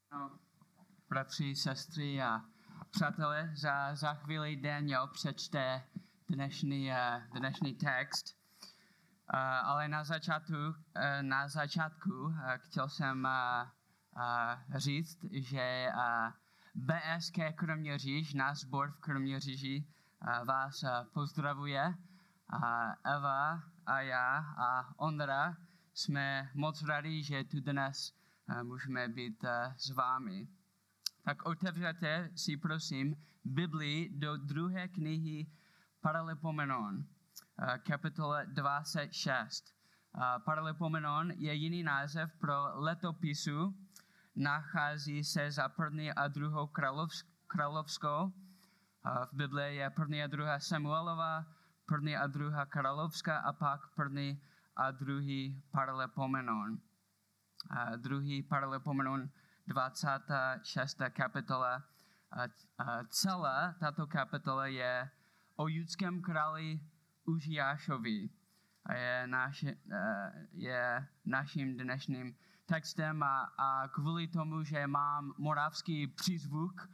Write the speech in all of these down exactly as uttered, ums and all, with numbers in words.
No, bratři, sestry a přátelé, za, za chvíli Daniel přečte dnešní, uh, dnešní text, uh, ale na začátku, uh, na začátku uh, chtěl jsem uh, uh, říct, že uh, B S K Kroměříž, náš sbor v Kroměříži, uh, vás uh, pozdravuje. Uh, Eva a já a Ondra jsme moc rádi, že tu dnes uh, můžeme být uh, s vámi. Tak otevřete si prosím Biblii do druhé knihy Paralipomenon, uh, kapitola dvacet šest. Uh, Paralipomenon je jiný název pro letopisu, nachází se za první a druhou královsk- královskou. Uh, v Biblii je první a druhá Samuelova, první a druhá královská a pak první a druhý Paralipomenon. Uh, druhý Paralipomenon, dvacátá šestá kapitola. Uh, uh, celá tato kapitola je o judském králi Uziášovi. A je, naš, uh, je naším dnešním textem a, a kvůli tomu, že mám moravský přízvuk,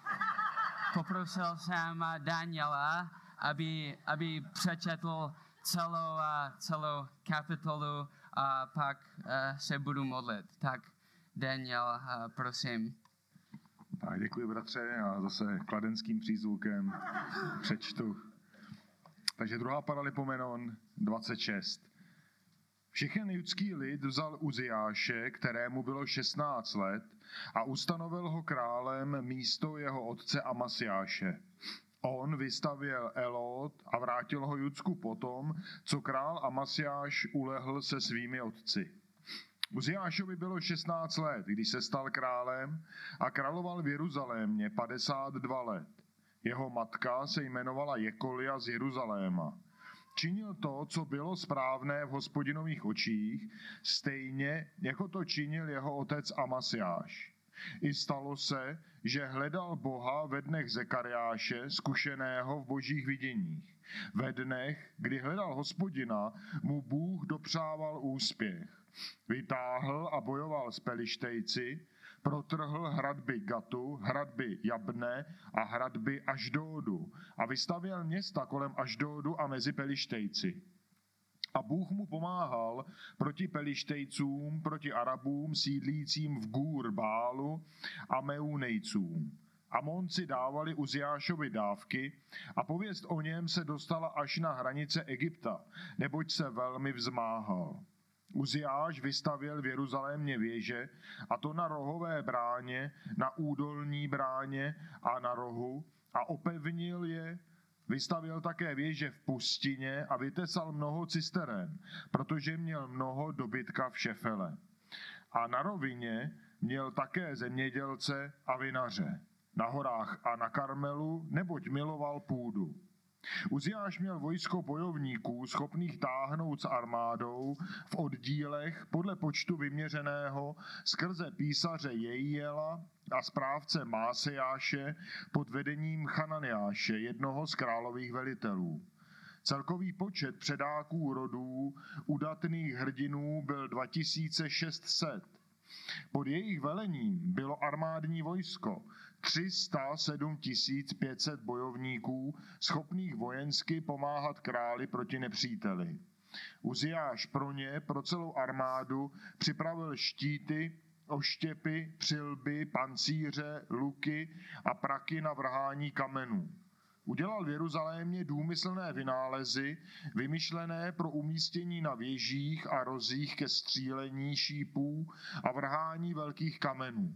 poprosil jsem Daniela, aby, aby přečetl celou, celou kapitolu a pak uh, se budu modlit. Tak Daniel, uh, prosím. Tak děkuji, bratře, já zase kladenským přízvukem přečtu. Takže druhá Paralipomenon dvacet šest. Všechen judský lid vzal Uziáše, kterému bylo šestnáct let, a ustanovil ho králem místo jeho otce Amasiáše. On vystavěl Elot a vrátil ho Judsku potom, co král Amasiáš ulehl se svými otci. Uziášovi bylo šestnáct let, když se stal králem a královal v Jeruzalémě padesát dva let. Jeho matka se jmenovala Jekolia z Jeruzaléma. Činil to, co bylo správné v Hospodinových očích, stejně jako to činil jeho otec Amasiáš. I stalo se, že hledal Boha ve dnech Zekariáše, zkušeného v božích viděních. Ve dnech, kdy hledal Hospodina, mu Bůh dopřával úspěch. Vytáhl a bojoval s Pelištejci, protrhl hradby Gatu, hradby Jabne a hradby Ašdódu a vystavěl města kolem Ašdódu a mezi Pelištejci. A Bůh mu pomáhal proti Pelištejcům, proti Arabům sídlícím v Gůr Bálu a Meunejcům. Amonci dávali Uziášovi dávky a pověst o něm se dostala až na hranice Egypta, neboť se velmi vzmáhal. Uziáš vystavěl v Jeruzalémě věže, a to na rohové bráně, na údolní bráně a na rohu, a opevnil je. Vystavěl také věže v pustině a vytesal mnoho cisteren, protože měl mnoho dobytka v Šefele. A na rovině měl také zemědělce a vinaře, na horách a na Karmelu, neboť miloval půdu. Uziáš měl vojsko bojovníků, schopných táhnout s armádou v oddílech podle počtu vyměřeného skrze písaře Jehiela a správce Másejáše pod vedením Chananiáše, jednoho z králových velitelů. Celkový počet předáků rodů udatných hrdinů byl dva tisíce šest set. Pod jejich velením bylo armádní vojsko, tři sta sedm tisíc pět set bojovníků, schopných vojensky pomáhat králi proti nepříteli. Uziáš pro ně, pro celou armádu, připravil štíty, oštěpy, přilby, pancíře, luky a praky na vrhání kamenů. Udělal v Jeruzalémě důmyslné vynálezy, vymyšlené pro umístění na věžích a rozích ke střílení šípů a vrhání velkých kamenů.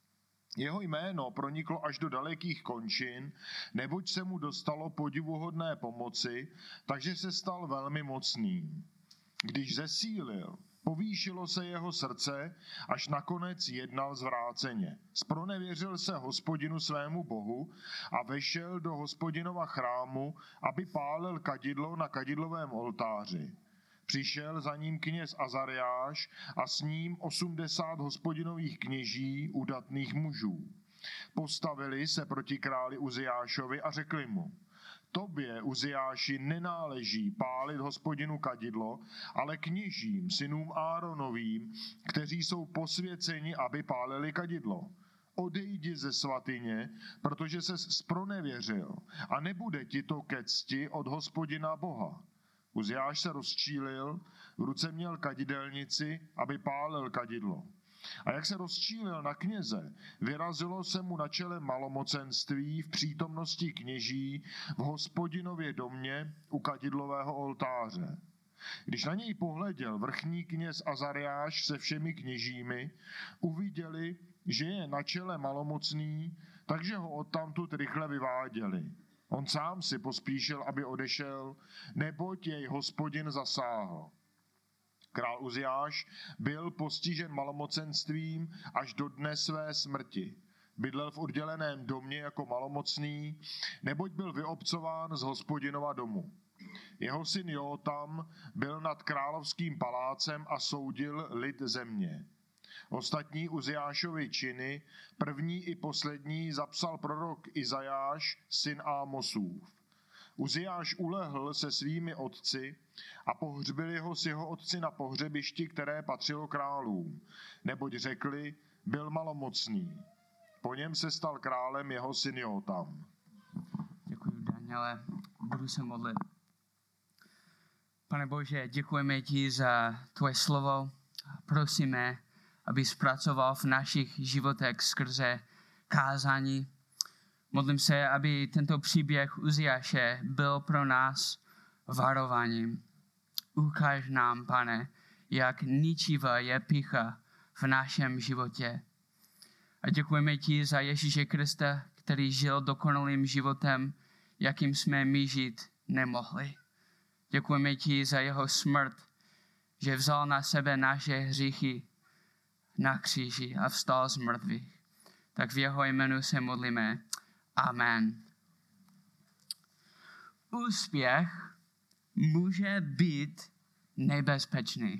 Jeho jméno proniklo až do dalekých končin, neboť se mu dostalo podivuhodné pomoci, takže se stal velmi mocným. Když zesílil, povýšilo se jeho srdce, až nakonec jednal zvráceně. Zpronevěřil se Hospodinu svému Bohu a vešel do Hospodinova chrámu, aby pálil kadidlo na kadidlovém oltáři. Přišel za ním kněz Azariáš a s ním osmdesát hospodinových kněží, udatných mužů. Postavili se proti králi Uziášovi a řekli mu: Tobě, Uziáši, nenáleží pálit Hospodinu kadidlo, ale kněžím, synům Áronovým, kteří jsou posvěceni, aby pálili kadidlo. odejdi ze svatyně, protože ses zpronevěřil a nebude ti to ke cti od Hospodina Boha. Uziáš se rozčílil, v ruce měl kadidelnici, aby pálil kadidlo. A jak se rozčílil na kněze, vyrazilo se mu na čele malomocenství v přítomnosti kněží v Hospodinově domě u kadidlového oltáře. Když na něj pohleděl vrchní kněz Azariáš se všemi kněžími, uviděli, že je na čele malomocný, takže ho odtamtud rychle vyváděli. On sám si pospíšil, aby odešel, neboť jej Hospodin zasáhl. Král Uziáš byl postižen malomocenstvím až do dne své smrti. Bydlel v odděleném domě jako malomocný, neboť byl vyobcován z Hospodinova domu. Jeho syn Jótam byl nad královským palácem a soudil lid země. Ostatní Uziášovy činy, první i poslední, zapsal prorok Izajáš, syn Ámosův. Uziáš ulehl se svými otci a pohřbili ho s jeho otci na pohřebišti, které patřilo králům, neboť řekli, byl malomocný. Po něm se stal králem jeho syn Jótam. Děkuji, Daniele. Budu se modlit. Pane Bože, děkujeme ti za tvoje slovo. Prosíme, aby zpracoval v našich životech skrze kázání. Modlím se, aby tento příběh Uziáše byl pro nás varováním. Ukáž nám, Pane, jak ničivá je pýcha v našem životě. A děkujeme ti za Ježíše Krista, který žil dokonalým životem, jakým jsme my žít nemohli. Děkujeme ti za jeho smrt, že vzal na sebe naše hříchy na kříži a vstal z mrtvých. Tak v jeho jménu se modlíme. Amen. Úspěch může být nebezpečný.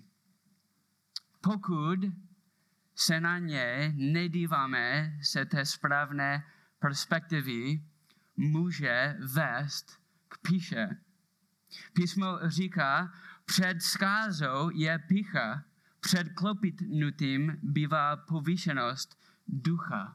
Pokud se na ně nedíváme se té správné perspektivy, může vést k pýše. Písmo říká, před zkázou je pýcha, před klopitnutím bývá povýšenost ducha.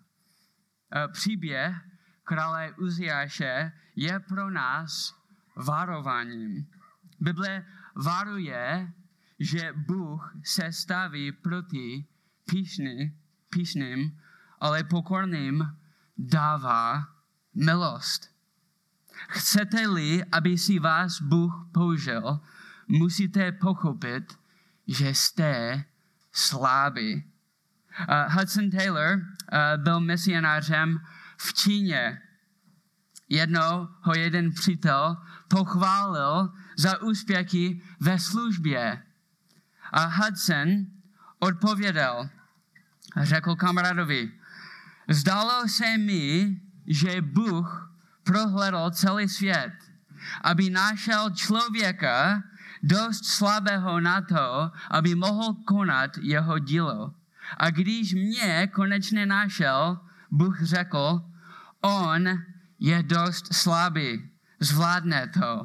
Příběh krále Uziáše je pro nás varováním. Bible varuje, že Bůh se staví proti píšný, píšným, ale pokorným dává milost. Chcete-li, aby si vás Bůh použil, musíte pochopit, že jste slabí. Uh, Hudson Taylor uh, byl misionářem v Číně. Jednou ho jeden přítel pochválil za úspěchy ve službě. A Hudson odpověděl, řekl kamarádovi, zdálo se mi, že Bůh prohlédl celý svět, aby našel člověka dost slabého na to, aby mohl konat jeho dílo. A když mě konečně našel, Bůh řekl, on je dost slabý, zvládne to.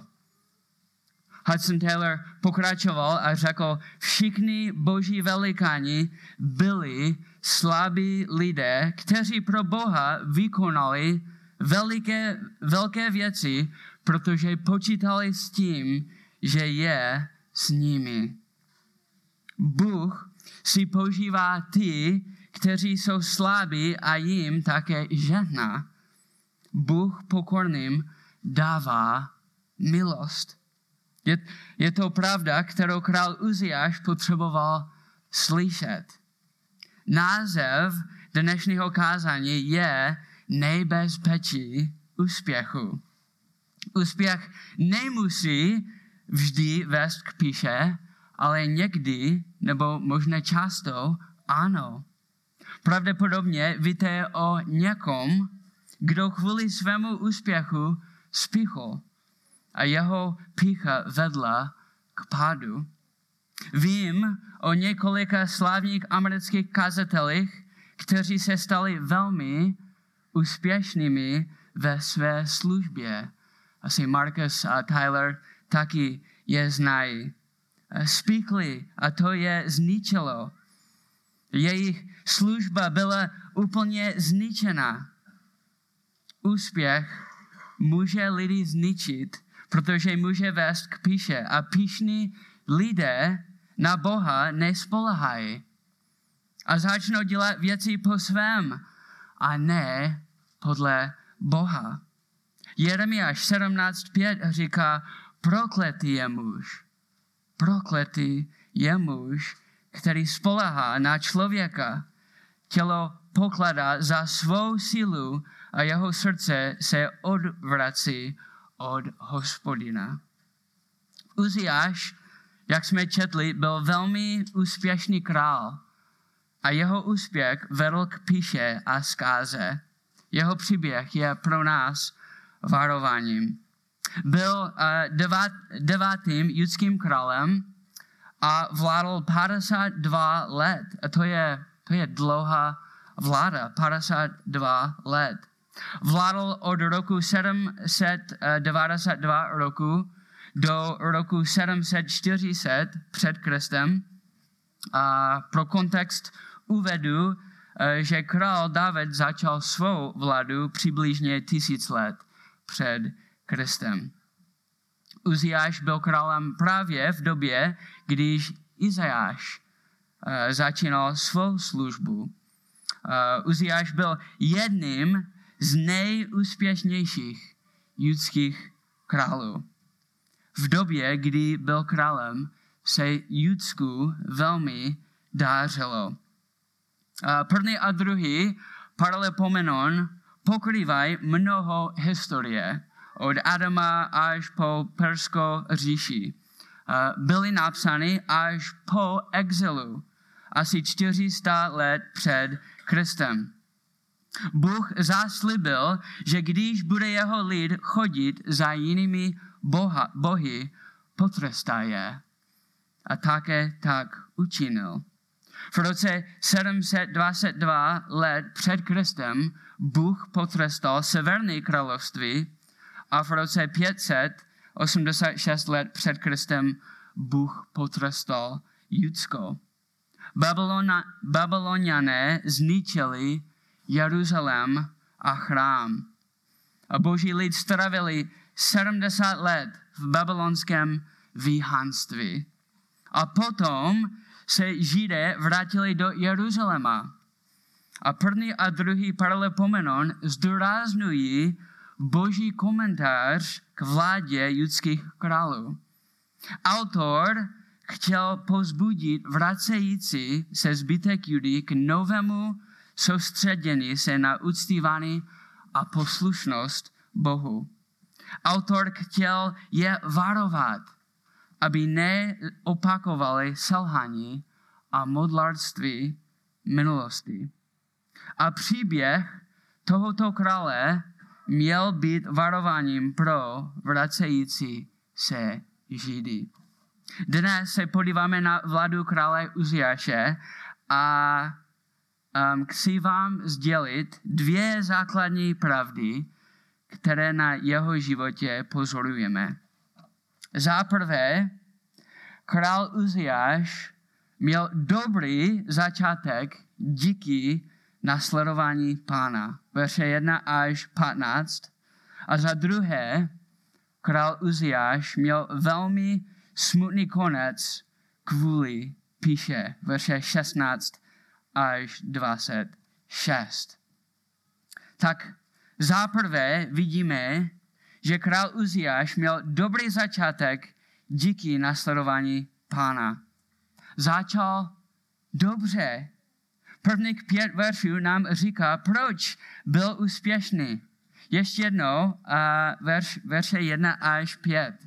Hudson Taylor pokračoval a řekl, všichni boží velikáni byli slabí lidé, kteří pro Boha vykonali veliké, velké věci, protože počítali s tím, že je s nimi. Bůh si používá ty, kteří jsou slabí a jim také žehná. Bůh pokorným dává milost. Je, je to pravda, kterou král Uziáš potřeboval slyšet. Název dnešního kázání je nebezpečí úspěchu. Úspěch nemusí vždy vést k píše, ale někdy, nebo možná často, ano. Pravděpodobně víte o někom, kdo kvůli svému úspěchu spíchl a jeho pýcha vedla k pádu. Vím o několika slavných amerických kazatelích, kteří se stali velmi úspěšnými ve své službě. Asi Marcus a Tyler taky je znají. Spíchli a to je zničilo. Jejich služba byla úplně zničena. Úspěch může lidi zničit, protože může vést k píše. A píšní lidé na Boha nespoléhají. A začnou dělat věci po svém a ne podle Boha. Jeremiáš sedmnáct pět říká, prokletý je muž. Prokletý je muž, který spoléhá na člověka. Tělo pokládá za svou sílu a jeho srdce se odvrací od Hospodina. Uziáš, jak jsme četli, byl velmi úspěšný král a jeho úspěch vedl k píše a zkáze. Jeho příběh je pro nás varováním. Byl uh, devát, devátým judským králem a vládl padesát dva let. A to je, to je dlouhá vláda, padesát dva let. Vládl od roku sedm set devadesát dva roku do roku sedm set čtyřicet před Kristem. A pro kontext uvedu, že král David začal svou vládu přibližně tisíc let před Kristem. Uziáš byl králem právě v době, když Izajáš uh, začínal svou službu. Uh, Uziáš byl jedním z nejúspěšnějších judských králů. V době, kdy byl králem, se Judsku velmi dářilo. Uh, první a druhý Paralipomenon pokrývají mnoho historie, od Adama až po Perskou říši. Uh, byly napsány až po exilu, asi čtyři sta let před Kristem. Bůh zaslibil, že když bude jeho lid chodit za jinými boha, bohy, potrestá je. A také tak učinil. V roce sedm set dvacet dva let před Kristem Bůh potrestal Severní království a v roce pět set osmdesát šest let před Kristem Bůh potrestal Judsko. Babylona, Babyloniané zničili Jeruzalém a chrám. A boží lid strávili sedmdesát let v babylonském vyhnanství. A potom se Židé vrátili do Jeruzaléma. A první a druhý Paralipomenon zdůrazňují boží komentář k vládě judských králů. Autor chtěl povzbudit vracející se zbytek Judy k novému soustředění se na uctívání a poslušnost Bohu. Autor chtěl je varovat, aby neopakovali selhání a modlárství minulosti. A příběh tohoto krále měl být varováním pro vracející se Židy. Dnes se podíváme na vládu krále Uziáše a um, chci vám sdělit dvě základní pravdy, které na jeho životě pozorujeme. Za prvé, král Uziáš měl dobrý začátek díky nasledování Pána. Verše jedna až patnáct. A za druhé, král Uziáš měl velmi smutný konec kvůli píše. Verše šestnáct až dvacet šest. Tak zaprvé vidíme, že král Uziáš měl dobrý začátek díky nasledování Pána. Začal dobře. Prvních pět veršů nám říká, proč byl úspěšný. Ještě jednou, uh, verš, verše jedna až pět.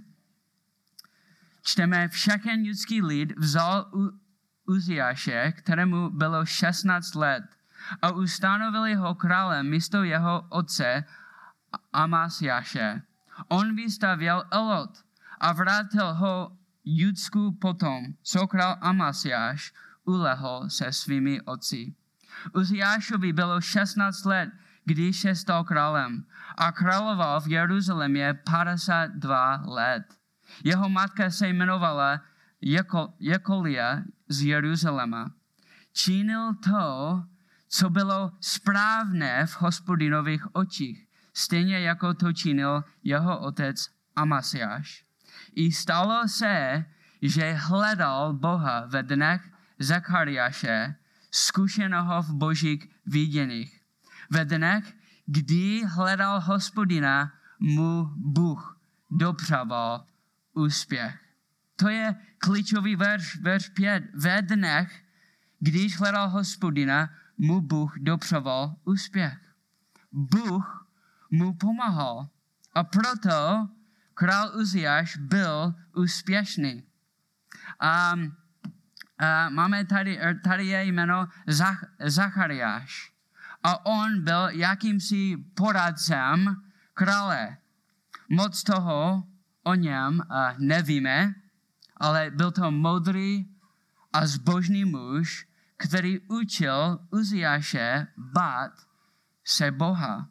Čteme, všechen judský lid vzal Uziáše, kterému bylo šestnáct let, a ustanovili ho králem místo jeho otce Amasiáše. On vystavěl Elot a vrátil ho Judsku potom, co král Amasiáš ulehl se svými otci. Uziášovi bylo šestnáct let, když se stal králem a královal v Jeruzalémě padesát dva let. Jeho matka se jmenovala Jekolia z Jeruzaléma. činil to, co bylo správné v Hospodinových očích, stejně jako to činil jeho otec Amasiáš. I stalo se, že hledal Boha ve dnech Zachariáše, zkušeného v božích viděních. Ve dnech, kdy hledal Hospodina, mu Bůh dopřával úspěch. To je klíčový verš, verš pět. Ve dnech, když hledal Hospodina, mu Bůh dopřával úspěch. Bůh mu pomáhal a proto král Uziáš byl úspěšný. A, a máme tady, tady je jméno Zach, Zachariáš. A on byl jakýmsi poradcem krále. Moc toho o něm uh, nevíme, ale byl to moudrý a zbožný muž, který učil Uziáše bát se Boha.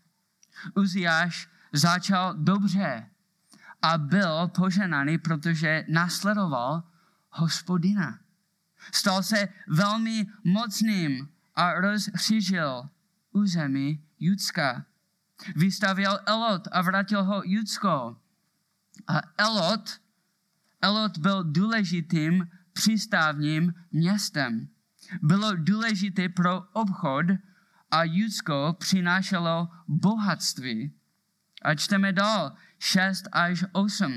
Uziáš začal dobře a byl poženaný, protože následoval Hospodina. Stal se velmi mocným a rozšířil území Judska. Vystavěl Elot a vrátil ho Judsko. A Elot, Elot byl důležitým přístavním městem. Bylo důležité pro obchod a Judsko přinášelo bohatství. A čteme dál, šest až osm.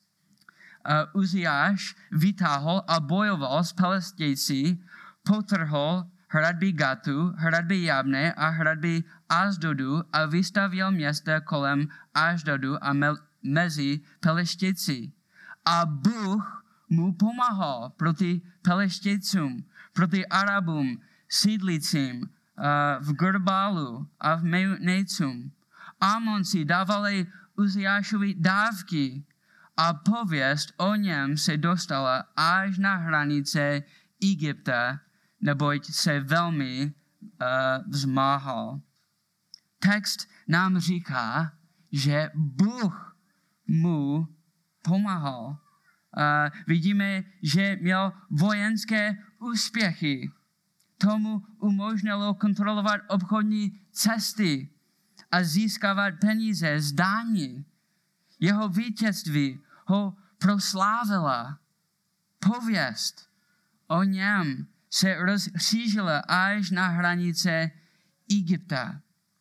Uh, Uziáš vytáhl a bojoval s Palestějci, potrhl hradby Gatu, hradby Jabne a hradby Asdodu a vystavěl města kolem Asdodu a me- mezi Palestějci. A Bůh mu pomáhal proti Palestějcům, proti Arabům, sídlícím uh, v Gerbálu a v Nejcům. Amonci dávali Uziášovi dávky a pověst o něm se dostala až na hranice Egypta, neboť se velmi uh, vzmáhal. Text nám říká, že Bůh mu pomáhal. Uh, vidíme, že měl vojenské úspěchy. Tomu umožnilo kontrolovat obchodní cesty a získávat peníze z daní. Jeho vítězství ho proslávila. Pověst o něm se rozšířila až na hranice Egypta.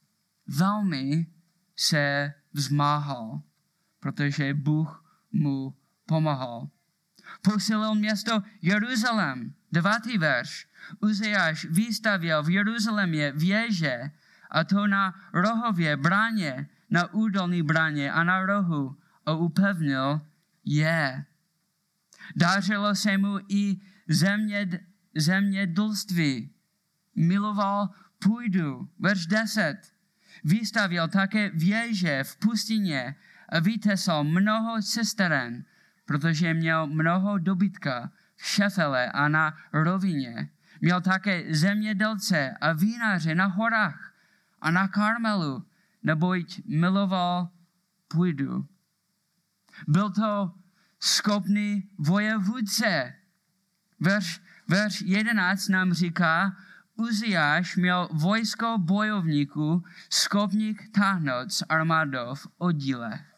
Velmi se vzmáhal, protože Bůh mu pomáhal. Posilil město Jeruzalém. Devátý verš. Uziáš vystavěl v Jeruzalémě věže, a to na rohově bráně, na údolní bráně a na rohu, a upevnil je. Dařilo se mu i země, zemědělství. Miloval půdu. Verš deset. Vystavěl také věže v pustině a vytesal mnoho cisteren, protože měl mnoho dobytka v Šefele a na rovině. Měl také zemědělce a vinaře na horách a na Karmelu, neboť miloval půdu. Byl to schopný vojevůdce. Verš, verš jedenáct nám říká, Uziáš měl vojsko bojovníků schopných táhnout s armádou v oddílech.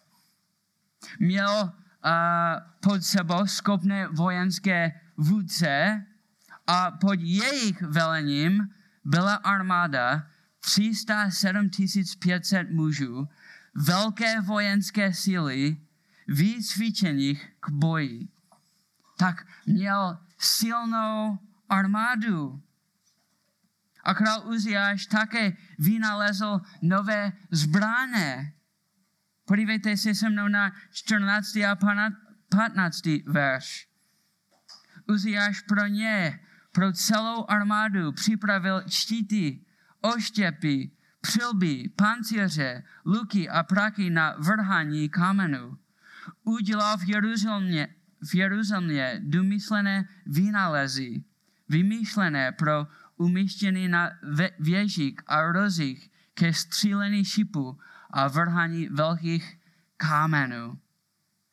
Měl uh, pod sebou schopné vojenské vůdce a pod jejich velením byla armáda tři sta sedm tisíc pět set mužů, velké vojenské síly, vycvičených k boji. Tak měl silnou armádu. A král Uziáš také vynalezl nové zbraně. Podívejte se se mnou na čtrnáctý a patnáctý verš. Uziáš pro ně, pro celou armádu připravil štíty, oštěpy, přilby, pancíře, luky a praky na vrhání kamenů. Udělal v Jeruzalémě, v Jeruzalémě domyslené vynálezy, vymýšlené pro umístění na věžích a rozích ke střílení šipů a vrhání velkých kamenů.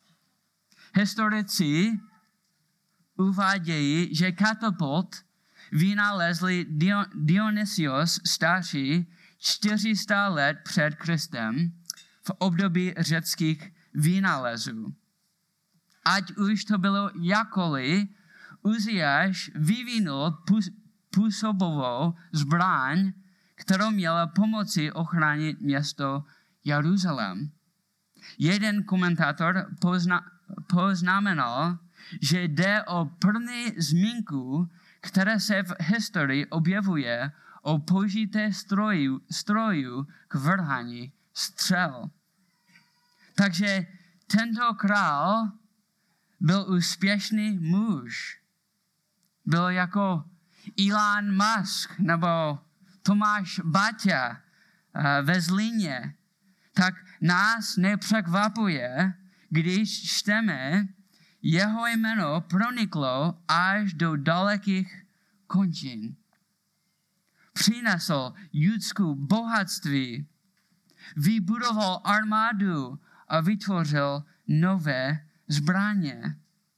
Historici uvádějí, že katapult vynalezli Dion, Dionysios starší čtyři sta let před Kristem v období řeckých vynálezů. Ať už to bylo jakkoliv, Uziáš vyvinul působovou zbraň, kterou měla pomoci ochránit město Jeruzalém. Jeden komentátor pozna, poznamenal, že jde o první zmínku, která se v historii objevuje o použité stroju, stroju k vrhání střel. Takže tento král byl úspěšný muž. Byl jako Elon Musk nebo Tomáš Baťa uh, ve Zlíně. Tak nás nepřekvapuje, když čteme, jeho jméno proniklo až do dalekých končin. Přinesl judskou bohatství, vybudoval armádu a vytvořil nové zbraně.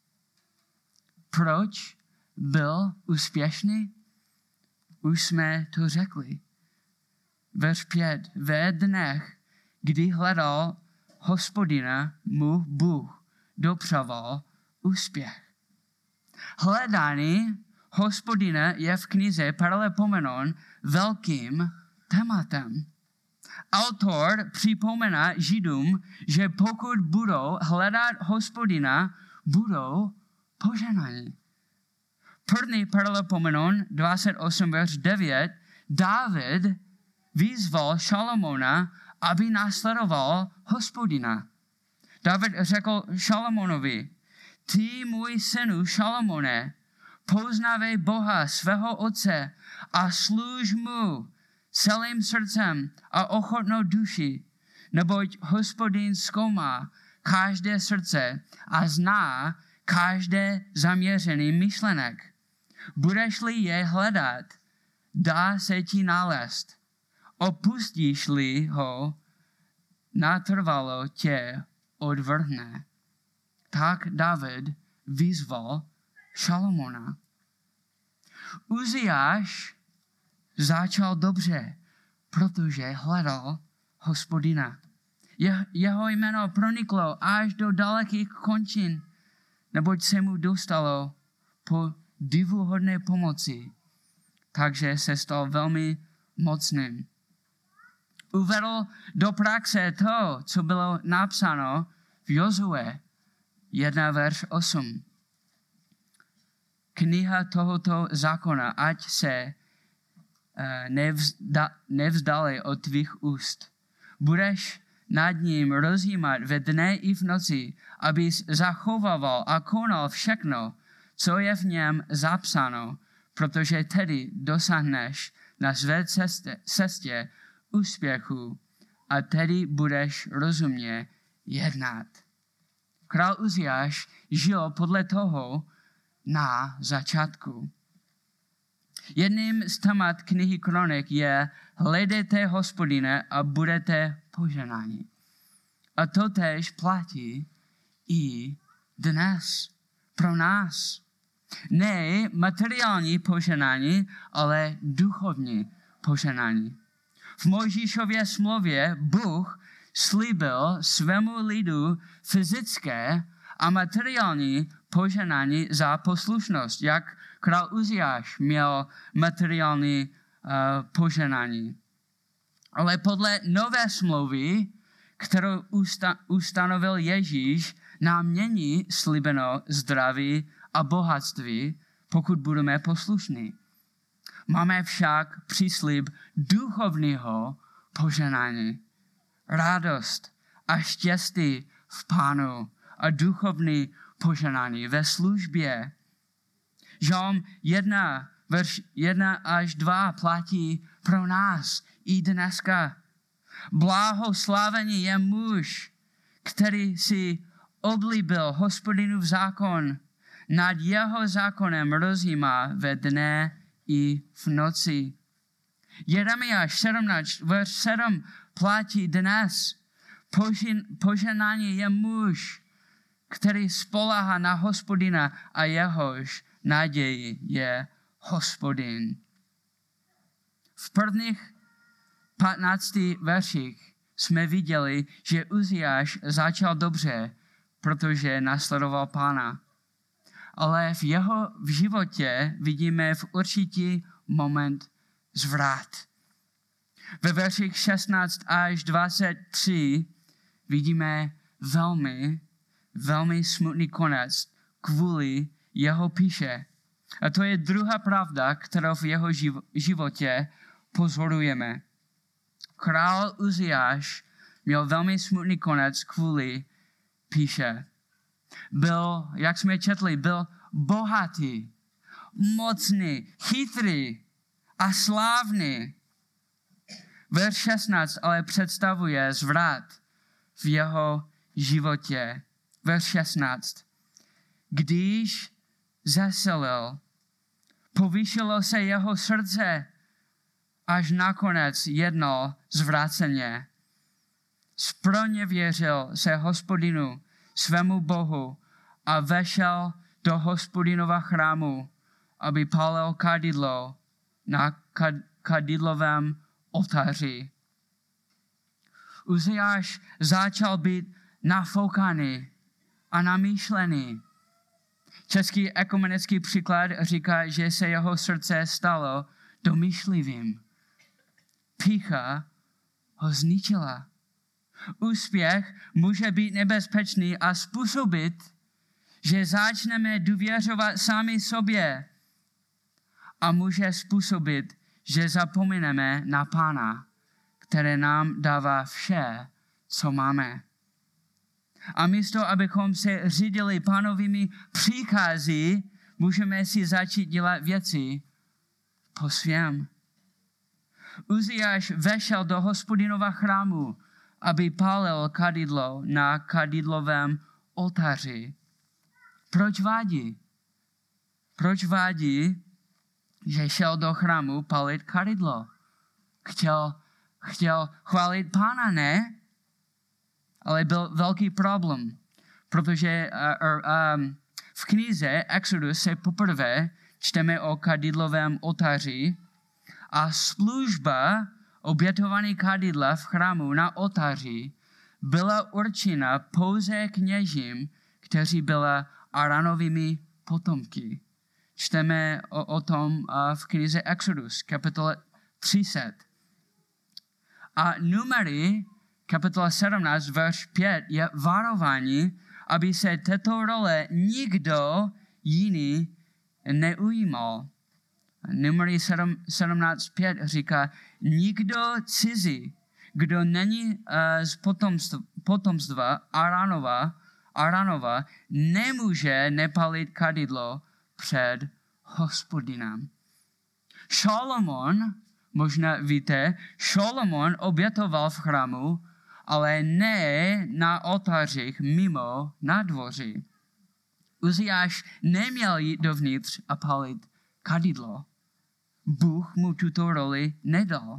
Proč byl úspěšný? Už jsme to řekli. Verš pět. Ve dnech, kdy hledal Hospodina, mu Bůh dopřával úspěch. Hledání Hospodina je v knize Paralipomenon velkým tématem. Autor připomíná Židům, že pokud budou hledat Hospodina, budou požehnaní. První Paralipomenon dvacet osm verš devět, Dávid vyzval Šalomona, aby následoval Hospodina. Dávid řekl Šalomonovi, ty můj synu Šalomone, poznávej Boha svého otce a služ mu celým srdcem a ochotnou duši, neboť Hospodin zkoumá každé srdce a zná každé zaměřený myšlenek. Budeš-li je hledat, dá se ti nalézt. Opustíš-li ho, natrvalo tě odvrhne. Tak David vyzval Šalomona. Uziáš začal dobře, protože hledal Hospodina. Je, jeho jméno proniklo až do dalekých končin, neboť se mu dostalo po divuhodné pomoci, takže se stal velmi mocným. Uvedl do praxe to, co bylo napsáno v Jozue jedna verš osm. Kniha tohoto zákona, ať se uh, nevzda, nevzdali od tvých úst. Budeš nad ním rozjímat ve dne i v noci, abys zachovával a konal všechno, co je v něm zapsáno, protože tedy dosáhneš na své cestě, cestě úspěchu a tedy budeš rozumně jednat. Král Uziáš žil podle toho na začátku. Jedním z témat knihy Kronik je hledejte Hospodina a budete požehnáni. A to též platí i dnes pro nás. Ne materiální požehnání, ale duchovní požehnání. V Mojžíšově smlouvě Bůh slíbil svému lidu fyzické a materiální požehnání za poslušnost, jak král Uziáš měl materiální uh, požehnání. Ale podle nové smlouvy, kterou usta- ustanovil Ježíš, nám není slíbeno zdraví a bohatství, pokud budeme poslušní. Máme však příslib duchovního požehnání. Radost a štěstí v Pánu a duchovní požehnání ve službě. Žalm jedna, verš jedna až dva platí pro nás i dneska. Blahoslavený je muž, který si oblíbil Hospodinův zákon, nad jeho zákonem rozjímá ve dne i v noci. Jeremiáš sedmnáct, verš sedm platí dnes. Požehnání je muž, který spoléhá na Hospodina a jehož naději je Hospodin. V prvních patnácti verších jsme viděli, že Uziáš začal dobře, protože následoval Pána. Ale v jeho v životě vidíme v určitý moment zvrat. Ve verších šestnáct až dvacet tři vidíme velmi, velmi smutný konec kvůli jeho píše. A to je druhá pravda, kterou v jeho životě pozorujeme. Král Uziáš měl velmi smutný konec kvůli píše. Byl, jak jsme četli, byl bohatý, mocný, chytrý a slávný. Verš šestnáct ale představuje zvrat v jeho životě. Verš šestnáct. Když zeselil, povýšilo se jeho srdce, až nakonec jedno zvráceně. Zpronevěřil se Hospodinu, svému Bohu, a vešel do Hospodinova chrámu, aby pálil kadidlo na kadidlovém oltáři. Uziáš začal být nafoukaný a namýšlený. Český ekumenický příklad říká, že se jeho srdce stalo domýšlivým. Pýcha ho zničila. Úspěch může být nebezpečný a způsobit, že začneme důvěřovat sami sobě a může způsobit, že zapomeneme na Pána, který nám dává vše, co máme. A místo, abychom se řídili Pánovými příkazy, můžeme si začít dělat věci po svém. Uziáš vešel do Hospodinova chrámu, aby pálil kadidlo na kadidlovém oltáři. Proč vádí? Proč vádí, že šel do chrámu pálit kadidlo? Chtěl, chtěl chválit Pána, ne? Ale byl velký problém, protože uh, uh, um, v knize Exodus se poprvé čteme o kadidlovém oltáři a služba obětovaný kadidla v chrámu na oltáři byla určena pouze kněžím, kteří byli Áronovými potomky. Čteme o, o tom uh, v knize Exodus, kapitola tři sta. A Numery, kapitola sedmnáct, verš pět, je varování, aby se této role nikdo jiný neujímal. Numery sedmnáct pět říká, nikdo cizí, kdo není uh, z potomstva, potomstva Áronova, Áronova, nemůže nepalit kadidlo před Hospodinem. Šalomon, možná víte, Šalomon obětoval v chrámu, ale ne na oltářích mimo nádvoří. Uziáš neměl jít dovnitř a palit kadidlo. Bůh mu tuto roli nedal.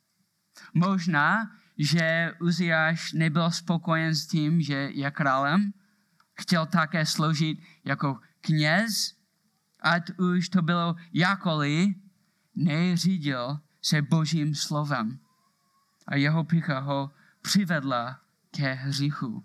Možná, že Uziáš nebyl spokojen s tím, že je králem, chtěl také sloužit jako kněz, ať už to bylo jakoliv, neřídil se Božím slovem. A jeho pýcha ho přivedla ke hříchu.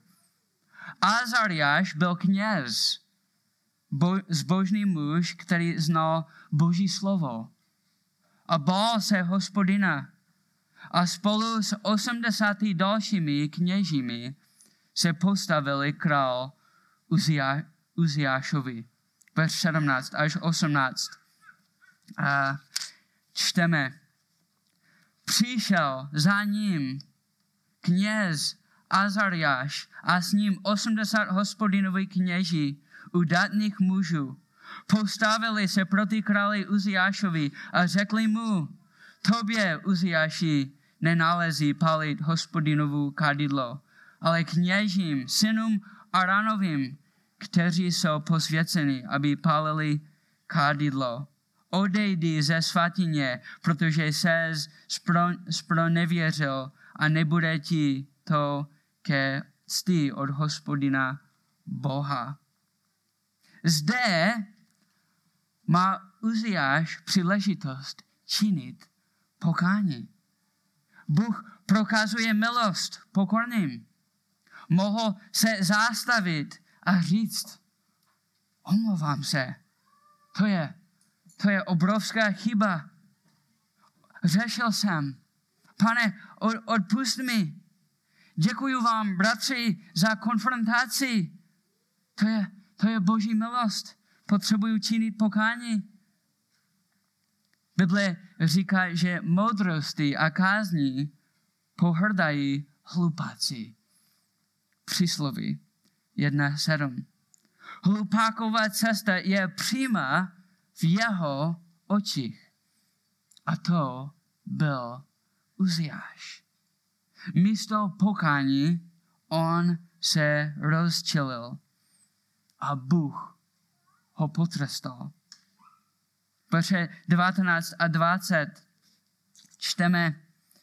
Azariáš byl kněz, bo, zbožný muž, který znal Boží slovo a bál se Hospodina. A spolu s osmdesáti dalšími kněžími se postavili král Uzia, Uziášovi. Verš sedmnáct až osmnáct. A čteme. Přišel za ním kněz Azariáš a s ním osmdesát Hospodinových kněží, udatných mužů. Postavili se proti králi Uziášovi a řekli mu, tobě, Uziáši, nenalezí palit Hospodinovu kadidlo, ale kněžím, synům Áronovým, kteří jsou posvěceni, aby palili kadidlo. Odejdi ze svatyně, protože ses zpronevěřil a nebude ti to ke cti od Hospodina Boha. Zde má Uziáš příležitost činit pokání. Bůh prokazuje milost pokorným. Mohl se zastavit a říct, omlouvám se, to je, to je obrovská chyba. Řešil jsem. Pane, od, odpust mi. Děkuji vám, bratři, za konfrontaci. To je, to je Boží milost. Potřebuji činit pokání. Bible říká, že moudrosti a kázní pohrdají hlupáci. Přísloví jedna sedm. Hlupáková cesta je přímá v jeho očích. A to byl Uziáš. Místo pokání on se rozčilil a Bůh ho potrestal. Verše devatenáct a dvacet čteme,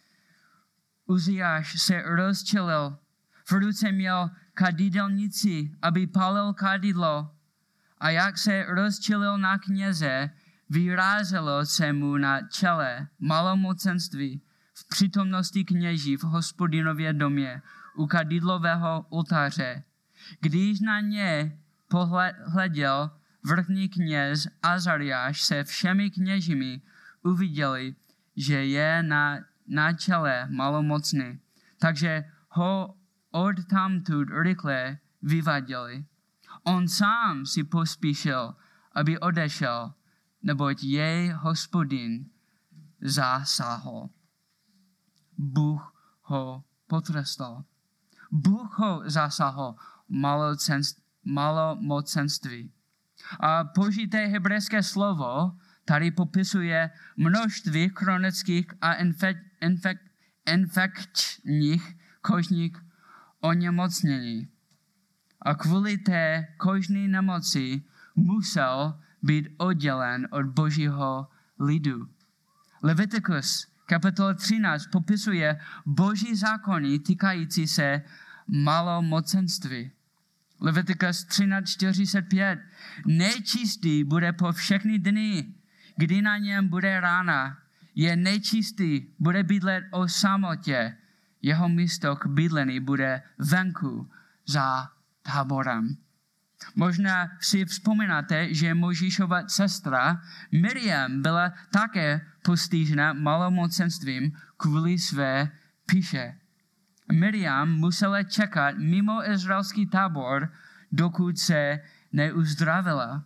Uziáš se rozčilil, v ruce měl kadidelnici, aby palil kadidlo, a jak se rozčilil na kněze, vyrazilo se mu na čele malomocenství v přítomnosti kněží v Hospodinově domě u kadidlového oltáře. Když na ně pohleděl vrchní kněz Azariáš se všemi kněžími, uviděli, že je na, na čele malomocný. Takže ho odtamtud rychle vyvadili. On sám si pospíšil, aby odešel, neboť jej Hospodin zasáhl. Bůh ho potrestal. Bůh ho zasáhl malomocenství. A použité hebrejské slovo tady popisuje množství chronických a infek, infek, infekčních kožních onemocnění. A kvůli té kožní nemoci musel být oddělen od Božího lidu. Leviticus kapitola třináct popisuje Boží zákony týkající se malomocenství. Leviticus třináct čtyřicet pět. Nečistý bude po všechny dny, kdy na něm bude rána. Je nečistý, bude bydlet o samotě. Jeho místo k bydlení bude venku za táborem. Možná si vzpomínáte, že Mojžíšova sestra Miriam byla také postižena malomocenstvím kvůli své píše. Miriam musela čekat mimo izraelský tábor, dokud se neuzdravila.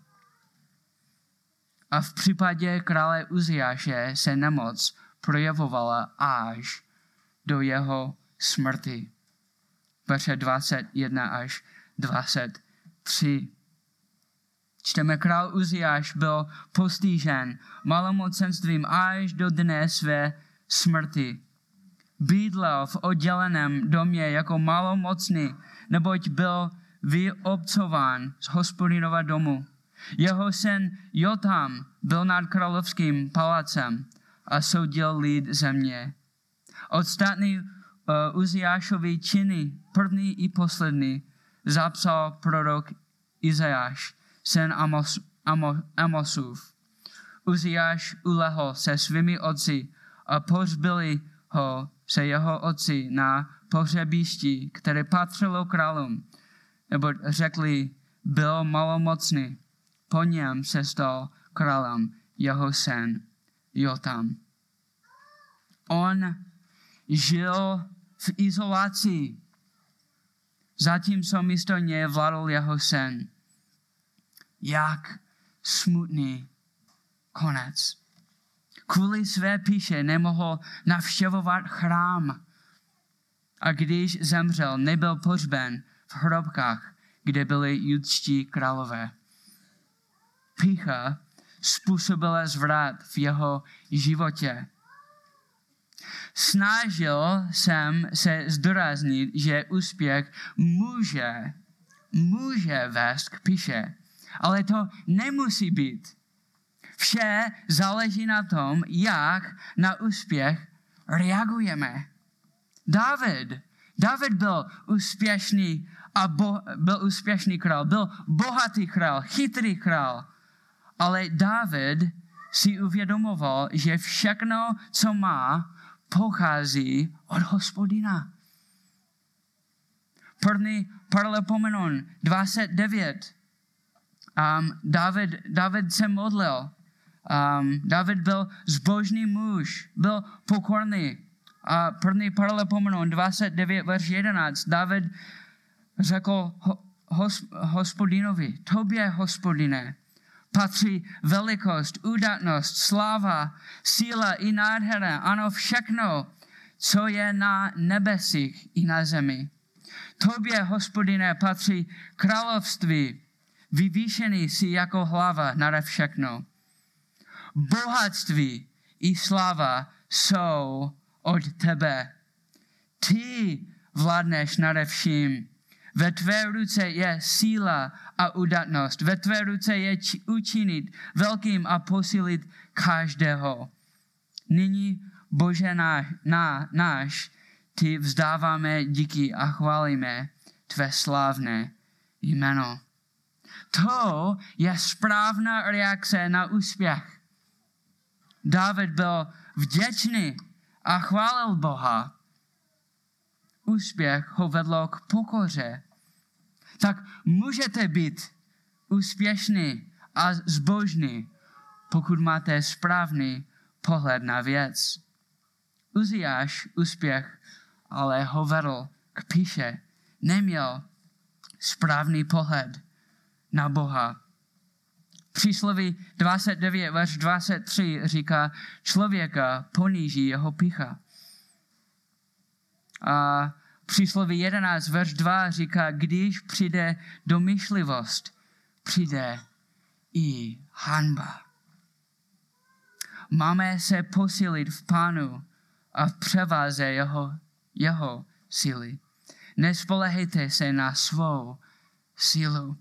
A v případě krále Uziáše se nemoc projevovala až do jeho smrti. Verše dvacet jedna až dvacet tři. Čteme, král Uziáš byl postižen malomocenstvím až do dne své smrti. Bydlel v odděleném domě jako malomocný, neboť byl vyobcován z Hospodinova domu. Jeho syn Jotam byl nad královským palácem a soudil lid země. Ostatní uh, Uziášovi činy, první i poslední, zapsal prorok Izajáš, syn Amos, Amos, Amosův. Uziáš ulehl se svými otci a pohřbili ho se jeho otci na pohřebišti, které patřilo králům, nebo řekli, byl malomocný. Po něm se stal králem jeho syn Jotam. On žil v izolaci, zatímco místo něj vládl jeho syn. Jak smutný konec. Kvůli své píše nemohl navštěvovat chrám. A když zemřel, nebyl pohřben v hrobkách, kde byli judští králové. Pícha způsobila zvrat v jeho životě. Snažil jsem se zdůraznit, že úspěch může, může vést k píše, ale to nemusí být. Vše záleží na tom, jak na úspěch reagujeme. David, David byl úspěšný a bo, byl úspěšný král, byl bohatý král, chytrý král, Ale Dávid si uvědomoval, že všechno, co má, pochází od Hospodina. První Paralipomenon dvacet devět. Um, David, David se modlil. Um, David byl zbožný muž, byl pokorný. A první Paralipomenon dvacet devět, verš jedenáct. David řekl hos, Hospodinovi, tobě, Hospodine, patří velikost, údatnost, sláva, síla i nádhera, ano, všechno, co je na nebesích i na zemi. Tobě, Hospodine, patří království, vyvýšený jsi jako hlava nade všechno. Bohatství i sláva jsou od tebe. Ty vládneš nade vším. Ve tvé ruce je síla a udatnost. Ve tvé ruce je učinit velkým a posílit každého. Nyní, Bože náš, ná, náš, ty vzdáváme díky a chválíme tvé slávné jméno. To je správná reakce na úspěch. David byl vděčný a chválil Boha. Úspěch ho vedlo k pokoře. Tak můžete být úspěšný a zbožný, pokud máte správný pohled na věc. Uziáš úspěch, ale ho vedl k píše. Neměl správný pohled na Boha. Přísloví dvacet devět, verš dvacet tři říká, člověka poníží jeho pýcha. A přísloví jedenáct, verš dva říká, když přijde domýšlivost, přijde i hanba. Máme se posílit v Pánu a v převáze jeho, jeho síly. Nespolehejte se na svou sílu.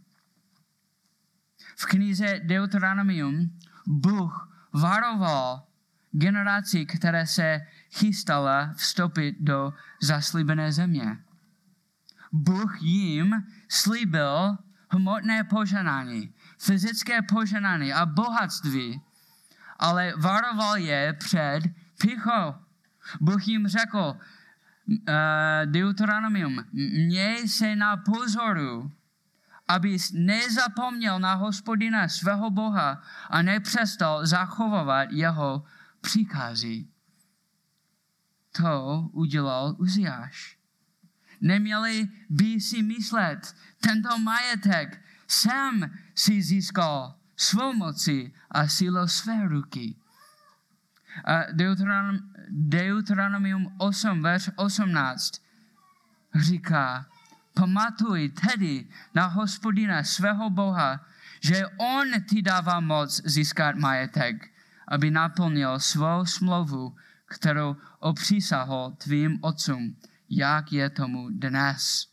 V knize Deuteronomium Bůh varoval generaci, které se chystala vstoupit do zaslíbené země. Bůh jim slíbil hmotné požehnání, fyzické požehnání a bohatství, ale varoval je před pýchou. Bůh jim řekl, uh, Deuteronomium, měj se na pozoru, abys nezapomněl na Hospodina svého Boha a nepřestal zachovávat jeho příkazy. To udělal Uziáš. Neměli by si myslet, tento majetek jsem si získal svou moci a sílu své ruky. Deuteronom, Deuteronomium osm, verš osmnáct říká, pamatuj tedy na Hospodina svého Boha, že on ti dává moc získat majetek, aby naplnil svou smlouvu, kterou opřísahl tvým otcům, jak je tomu dnes.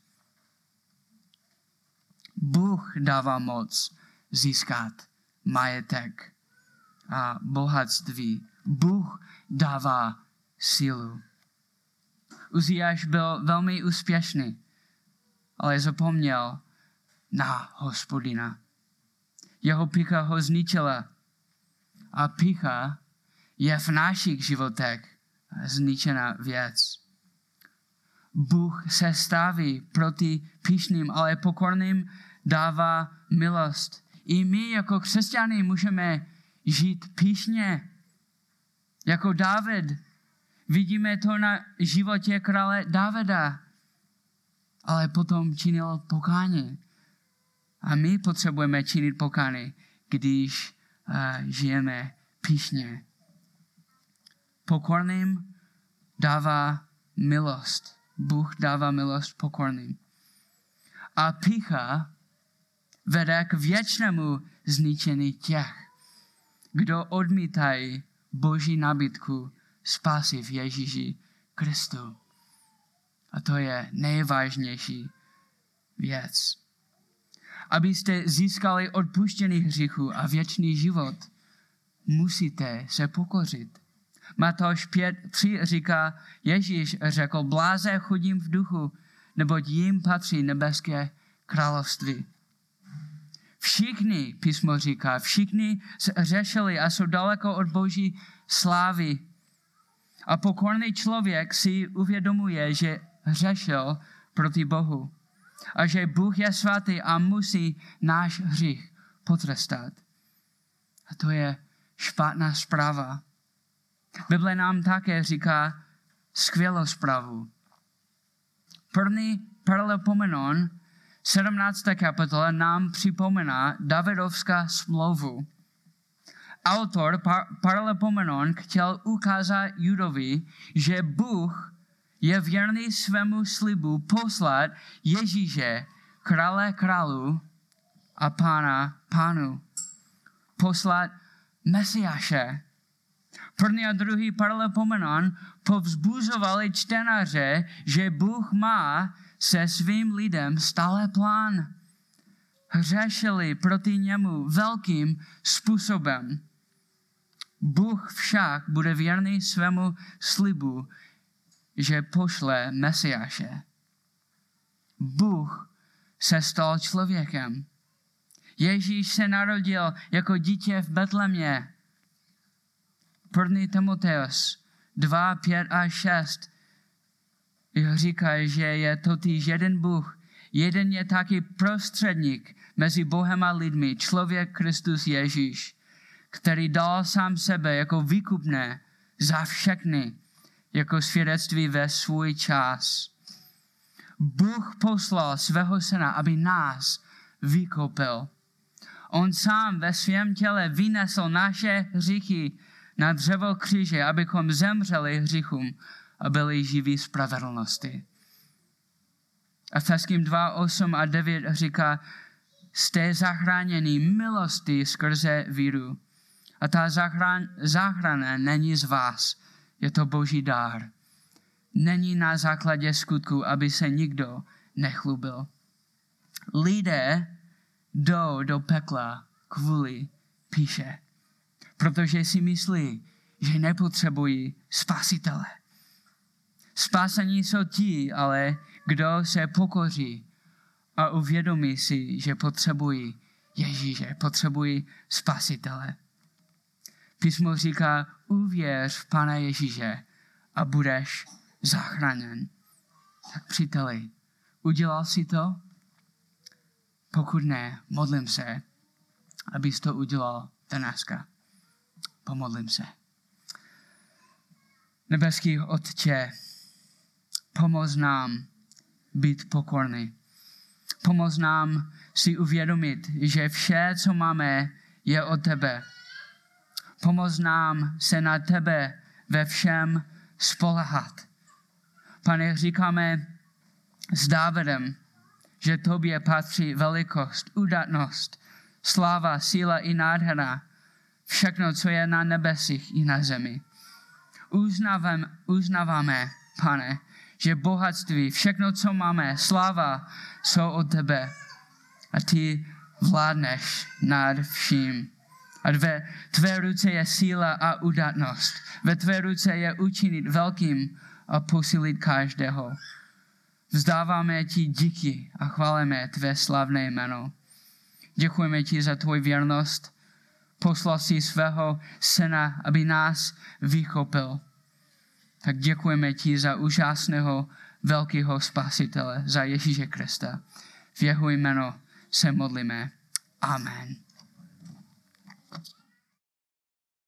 Bůh dává moc získat majetek a bohatství. Bůh dává sílu. Uziáš byl velmi úspěšný, ale zapomněl na Hospodina. Jeho pýcha ho zničila. A pýcha je v našich životech zničená věc. Bůh se staví proti pyšným, ale pokorným dává milost. I my jako křesťané můžeme žít pyšně. Jako David. Vidíme to na životě krále Davida. Ale potom činil pokání. A my potřebujeme činit pokání, když uh, žijeme pyšně. Pokorným dává milost. Bůh dává milost pokorným. A pýcha vede k věčnému zničení těch, kdo odmítají Boží nabídku spásy v Ježíši Kristu. A to je nejvážnější věc. Abyste získali odpuštění hříchů a věčný život, musíte se pokořit. Matouš pět tři říká, Ježíš řekl, bláze chudým v duchu, neboť jim patří nebeské království. Všichni, písmo říká, všichni řešili a jsou daleko od Boží slávy. A pokorný člověk si uvědomuje, že hřešil proti Bohu. A že Bůh je svatý a musí náš hřích potrestat. A to je špatná zpráva. Bible nám také říká skvělou zprávu. První Paralipomenon, sedmnáctá kapitola, nám připomíná Davidovská smlouvu. Autor Paralipomenon chtěl ukázat Judovi, že Bůh je věrný svému slibu poslat Ježíše, krále králů a pána pánu. Poslat Mesiáše. První a druhý Paralipomenon povzbuzovali čtenáře, že Bůh má se svým lidem stále plán. Hřešili proti němu velkým způsobem. Bůh však bude věrný svému slibu, že pošle Mesiáše. Bůh se stal člověkem. Ježíš se narodil jako dítě v Betlemě. První Timoteus dva, pět a šest říká, že je totiž jeden Bůh. Jeden je taky prostředník mezi Bohem a lidmi, člověk Kristus Ježíš, který dal sám sebe jako výkupné za všechny, jako svědectví ve svůj čas. Bůh poslal svého syna, aby nás vykoupil. On sám ve svém těle vynesl naše hříchy na dřevo kříže, abychom zemřeli hříchům a byli živí spravedlnosti. Efeským dva, osm a devět říká, jste zachráněni milostí skrze víru. A ta zachrán, záchrana není z vás, je to Boží dár. Není na základě skutku, aby se nikdo nechlubil. Lidé jdou do pekla kvůli píše, protože si myslí, že nepotřebují spasitele. Spasení jsou ti, ale kdo se pokoří a uvědomí si, že potřebují Ježíše, potřebují spasitele. Písmo říká, uvěř v Pána Ježíše a budeš zachráněn. Tak příteli, udělal jsi to? Pokud ne, modlím se, abys to udělal dneska. Pomodlím se. Nebeský Otče, pomoz nám být pokorný. Pomoz nám si uvědomit, že vše, co máme, je od tebe. Pomoz nám se na tebe ve všem spoléhat. Pane, říkáme s Dávidem, že tobě patří velikost, udatnost, sláva, síla i nádhera, všechno, co je na nebesích i na zemi. Uznávám, uznáváme, Pane, že bohatství, všechno, co máme, sláva, jsou od tebe. A ty vládneš nad vším. A ve tvé ruce je síla a udatnost. Ve tvé ruce je učinit velkým a posílit každého. Vzdáváme ti díky a chválíme tvé slavné jméno. Děkujeme ti za tvou věrnost. Poslal jsi svého syna, aby nás vykoupil. Tak děkujeme ti za úžasného velkého spasitele, za Ježíše Krista. V jeho jméno se modlíme. Amen.